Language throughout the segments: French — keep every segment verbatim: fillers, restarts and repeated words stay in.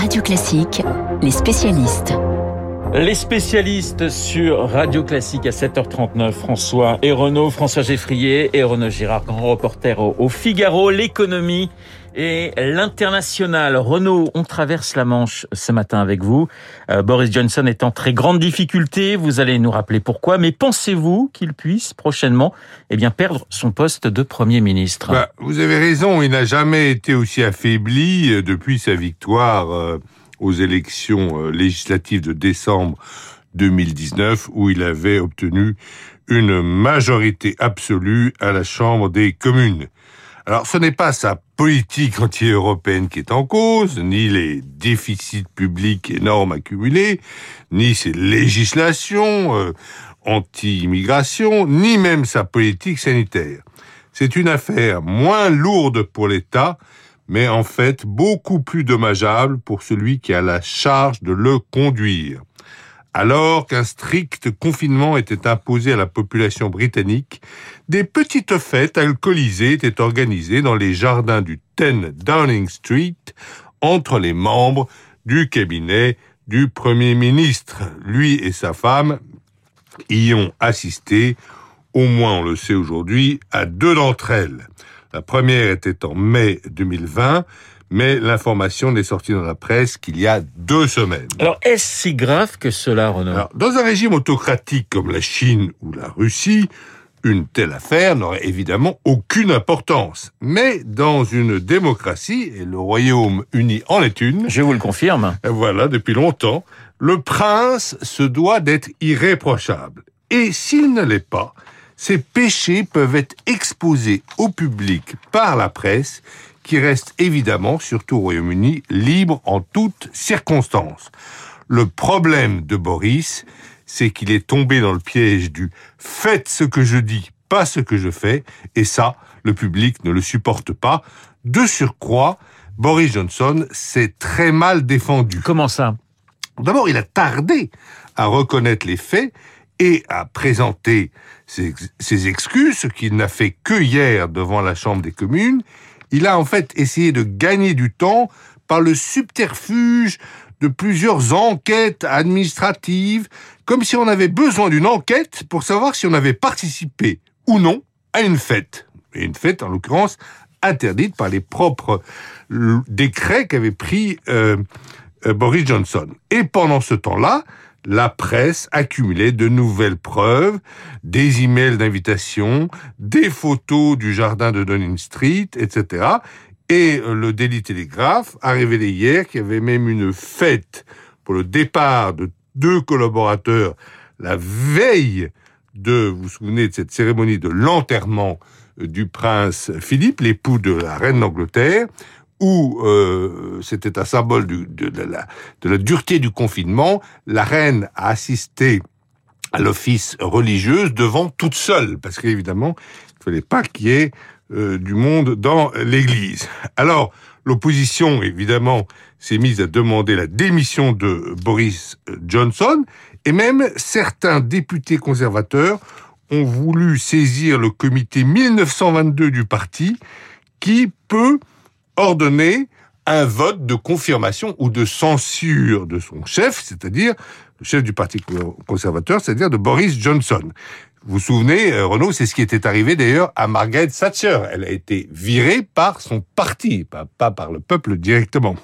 Radio Classique, les spécialistes. Les spécialistes sur Radio Classique à sept heures trente-neuf, François et Renaud, François Geffrier et Renaud Girard, grand reporter au, au Figaro, l'économie et l'international. Renaud, on traverse la Manche ce matin avec vous. Euh, Boris Johnson est en très grande difficulté, vous allez nous rappeler pourquoi, mais pensez-vous qu'il puisse prochainement eh bien, perdre son poste de Premier ministre ? Bah, vous avez raison, il n'a jamais été aussi affaibli depuis sa victoire euh, aux élections euh, législatives de décembre deux mille dix-neuf, où il avait obtenu une majorité absolue à la Chambre des communes. Alors, ce n'est pas sa politique anti-européenne qui est en cause, ni les déficits publics énormes accumulés, ni ses législations euh, anti-immigration, ni même sa politique sanitaire. C'est une affaire moins lourde pour l'État, mais en fait beaucoup plus dommageable pour celui qui a la charge de le conduire. Alors qu'un strict confinement était imposé à la population britannique, des petites fêtes alcoolisées étaient organisées dans les jardins du dix Downing Street entre les membres du cabinet du Premier ministre. Lui et sa femme y ont assisté, au moins on le sait aujourd'hui, à deux d'entre elles. La première était en mai deux mille vingt, mais l'information n'est sortie dans la presse qu'il y a deux semaines. Alors, est-ce si grave que cela, Renaud ? Alors, dans un régime autocratique comme la Chine ou la Russie, une telle affaire n'aurait évidemment aucune importance. Mais dans une démocratie, et le Royaume-Uni en est une... Je vous le confirme. Voilà, depuis longtemps, le prince se doit d'être irréprochable. Et s'il ne l'est pas, ses péchés peuvent être exposés au public par la presse, qui reste évidemment, surtout au Royaume-Uni, libre en toutes circonstances. Le problème de Boris, c'est qu'il est tombé dans le piège du « faites ce que je dis, pas ce que je fais », et ça, le public ne le supporte pas. De surcroît, Boris Johnson s'est très mal défendu. Comment ça ? D'abord, il a tardé à reconnaître les faits et à présenter ses, ses excuses, ce qu'il n'a fait que hier devant la Chambre des communes. Il a en fait essayé de gagner du temps par le subterfuge de plusieurs enquêtes administratives, comme si on avait besoin d'une enquête pour savoir si on avait participé ou non à une fête. Et une fête, en l'occurrence, interdite par les propres décrets qu'avait pris euh, euh, Boris Johnson. Et pendant ce temps-là, la presse accumulait de nouvelles preuves, des emails d'invitation, des photos du jardin de Downing Street, et cetera. Et le Daily Telegraph a révélé hier qu'il y avait même une fête pour le départ de deux collaborateurs la veille de, vous vous souvenez de cette cérémonie de l'enterrement du prince Philippe, l'époux de la reine d'Angleterre, où euh, c'était un symbole du, de, de, la, de la dureté du confinement. La reine a assisté à l'office religieuse devant toute seule, parce qu'évidemment, il ne fallait pas qu'il y ait euh, du monde dans l'église. Alors, l'opposition, évidemment, s'est mise à demander la démission de Boris Johnson, et même certains députés conservateurs ont voulu saisir le comité mille neuf cent vingt-deux du parti, qui peut ordonner un vote de confirmation ou de censure de son chef, c'est-à-dire le chef du Parti conservateur, c'est-à-dire de Boris Johnson. Vous vous souvenez, Renaud, c'est ce qui était arrivé d'ailleurs à Margaret Thatcher. Elle a été virée par son parti, pas, pas par le peuple directement.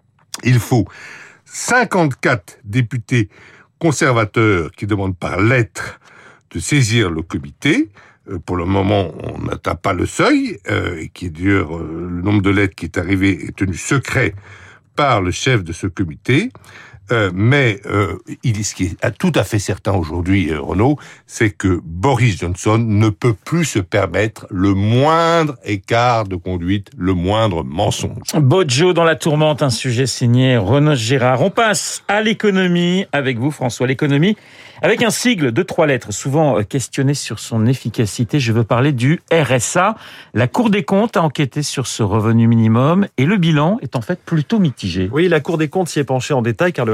Il faut cinquante-quatre députés conservateurs qui demandent par lettre de saisir le comité. Pour le moment, on n'atteint pas le seuil, euh, et qui est d'ailleurs, euh, le nombre de lettres qui est arrivé est tenu secret par le chef de ce comité. Euh, mais euh, il, ce qui est tout à fait certain aujourd'hui, euh, Renaud, c'est que Boris Johnson ne peut plus se permettre le moindre écart de conduite, le moindre mensonge. Bojo dans la tourmente, un sujet signé Renaud Girard. On passe à l'économie avec vous, François. L'économie avec un sigle de trois lettres, souvent questionné sur son efficacité. Je veux parler du R S A. La Cour des comptes a enquêté sur ce revenu minimum et le bilan est en fait plutôt mitigé. Oui, la Cour des comptes s'y est penchée en détail car le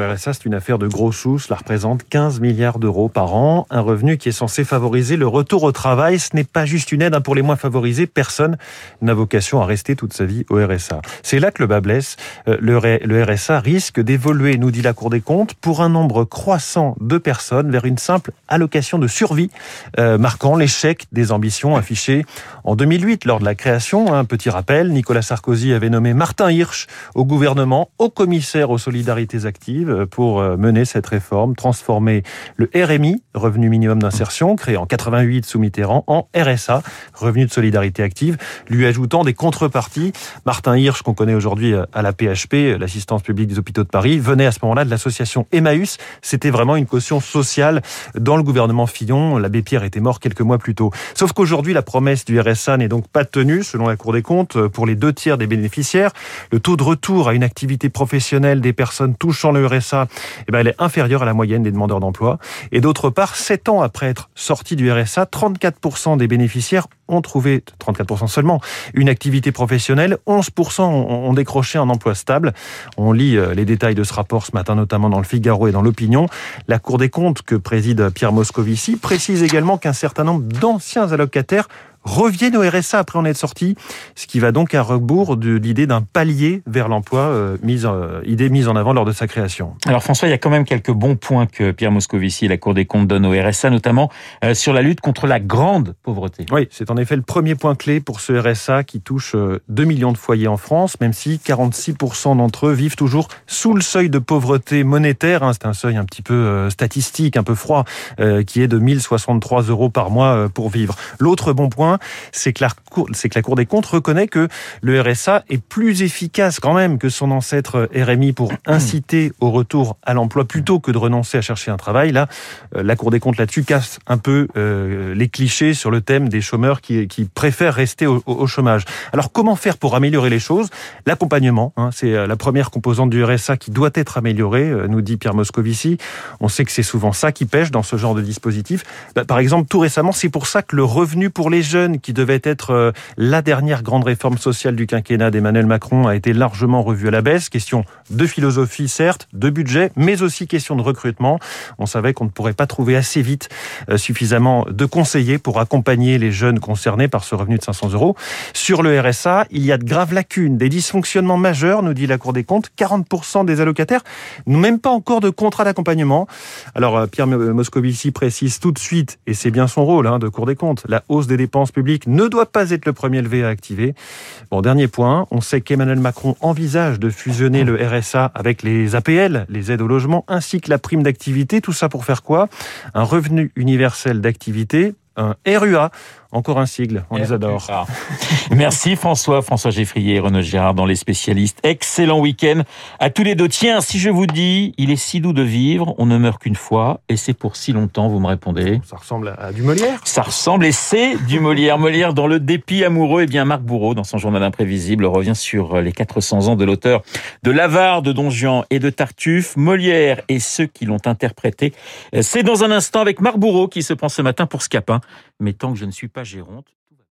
R S A, c'est une affaire de gros sous. Cela représente quinze milliards d'euros par an. Un revenu qui est censé favoriser le retour au travail. Ce n'est pas juste une aide pour les moins favorisés. Personne n'a vocation à rester toute sa vie au R S A. C'est là que le bas blesse. Le R S A risque d'évoluer, nous dit la Cour des comptes, pour un nombre croissant de personnes vers une simple allocation de survie, euh, marquant l'échec des ambitions affichées en deux mille huit lors de la création. Un petit rappel, Nicolas Sarkozy avait nommé Martin Hirsch au gouvernement, au commissaire aux solidarités actives, pour mener cette réforme, transformer le R M I, revenu minimum d'insertion, créé en quatre-vingt-huit sous Mitterrand, en R S A, revenu de solidarité active, lui ajoutant des contreparties. Martin Hirsch, qu'on connaît aujourd'hui à la P H P, l'assistance publique des hôpitaux de Paris, venait à ce moment-là de l'association Emmaüs. C'était vraiment une caution sociale dans le gouvernement Fillon. L'abbé Pierre était mort quelques mois plus tôt. Sauf qu'aujourd'hui, la promesse du R S A n'est donc pas tenue, selon la Cour des comptes, pour les deux tiers des bénéficiaires. Le taux de retour à une activité professionnelle des personnes touchant le R S A, eh ben, elle est inférieure à la moyenne des demandeurs d'emploi. Et d'autre part, sept ans après être sortis du R S A, trente-quatre pour cent des bénéficiaires ont trouvé, trente-quatre pour cent seulement, une activité professionnelle. onze pour cent ont décroché un emploi stable. On lit les détails de ce rapport ce matin, notamment dans le Figaro et dans l'Opinion. La Cour des comptes, que préside Pierre Moscovici, précise également qu'un certain nombre d'anciens allocataires reviennent au R S A après en être sortis, ce qui va donc à rebours de l'idée d'un palier vers l'emploi, euh, mise, euh, idée mise en avant lors de sa création. Alors François, il y a quand même quelques bons points que Pierre Moscovici et la Cour des comptes donnent au R S A, notamment euh, sur la lutte contre la grande pauvreté. Oui, c'est en effet le premier point clé pour ce R S A qui touche euh, deux millions de foyers en France, même si quarante-six pour cent d'entre eux vivent toujours sous le seuil de pauvreté monétaire. Hein, c'est un seuil un petit peu euh, statistique, un peu froid, euh, qui est de mille soixante-trois euros par mois euh, pour vivre. L'autre bon point, c'est que, la Cour, c'est que la Cour des comptes reconnaît que le R S A est plus efficace quand même que son ancêtre R M I pour inciter au retour à l'emploi plutôt que de renoncer à chercher un travail. Là, la Cour des comptes là-dessus casse un peu euh, les clichés sur le thème des chômeurs qui, qui préfèrent rester au, au chômage. Alors comment faire pour améliorer les choses ? L'accompagnement, hein, c'est la première composante du R S A qui doit être améliorée, nous dit Pierre Moscovici. On sait que c'est souvent ça qui pêche dans ce genre de dispositif. Bah, par exemple, tout récemment, c'est pour ça que le revenu pour les jeunes, qui devait être la dernière grande réforme sociale du quinquennat d'Emmanuel Macron, a été largement revu à la baisse. Question de philosophie, certes, de budget, mais aussi question de recrutement. On savait qu'on ne pourrait pas trouver assez vite suffisamment de conseillers pour accompagner les jeunes concernés par ce revenu de cinq cents euros. Sur le R S A, il y a de graves lacunes, des dysfonctionnements majeurs, nous dit la Cour des comptes. quarante pour cent des allocataires n'ont même pas encore de contrat d'accompagnement. Alors, Pierre Moscovici précise tout de suite, et c'est bien son rôle hein, de Cour des comptes, la hausse des dépenses publiques ne doit pas être le premier levier à activer. Bon, dernier point, on sait qu'Emmanuel Macron envisage de fusionner le R S A avec les A P L, les aides au logement, ainsi que la prime d'activité. Tout ça pour faire quoi ? Un revenu universel d'activité, un R U A, encore un sigle, on les adore. Ah. Merci François, François Geffrier et Renaud Girard dans Les Spécialistes. Excellent week-end à tous les deux. Tiens, si je vous dis, il est si doux de vivre, on ne meurt qu'une fois, et c'est pour si longtemps, vous me répondez. Ça ressemble à du Molière. Ça ressemble, et c'est du Molière. Molière dans Le Dépit amoureux. Eh bien, Marc Bourreau, dans son journal imprévisible, revient sur les quatre cents ans de l'auteur de l'Avare, de Don Juan et de Tartuffe. Molière et ceux qui l'ont interprété. C'est dans un instant avec Marc Bourreau qui se prend ce matin pour Scapin. Mais tant que je ne suis pas Géronte,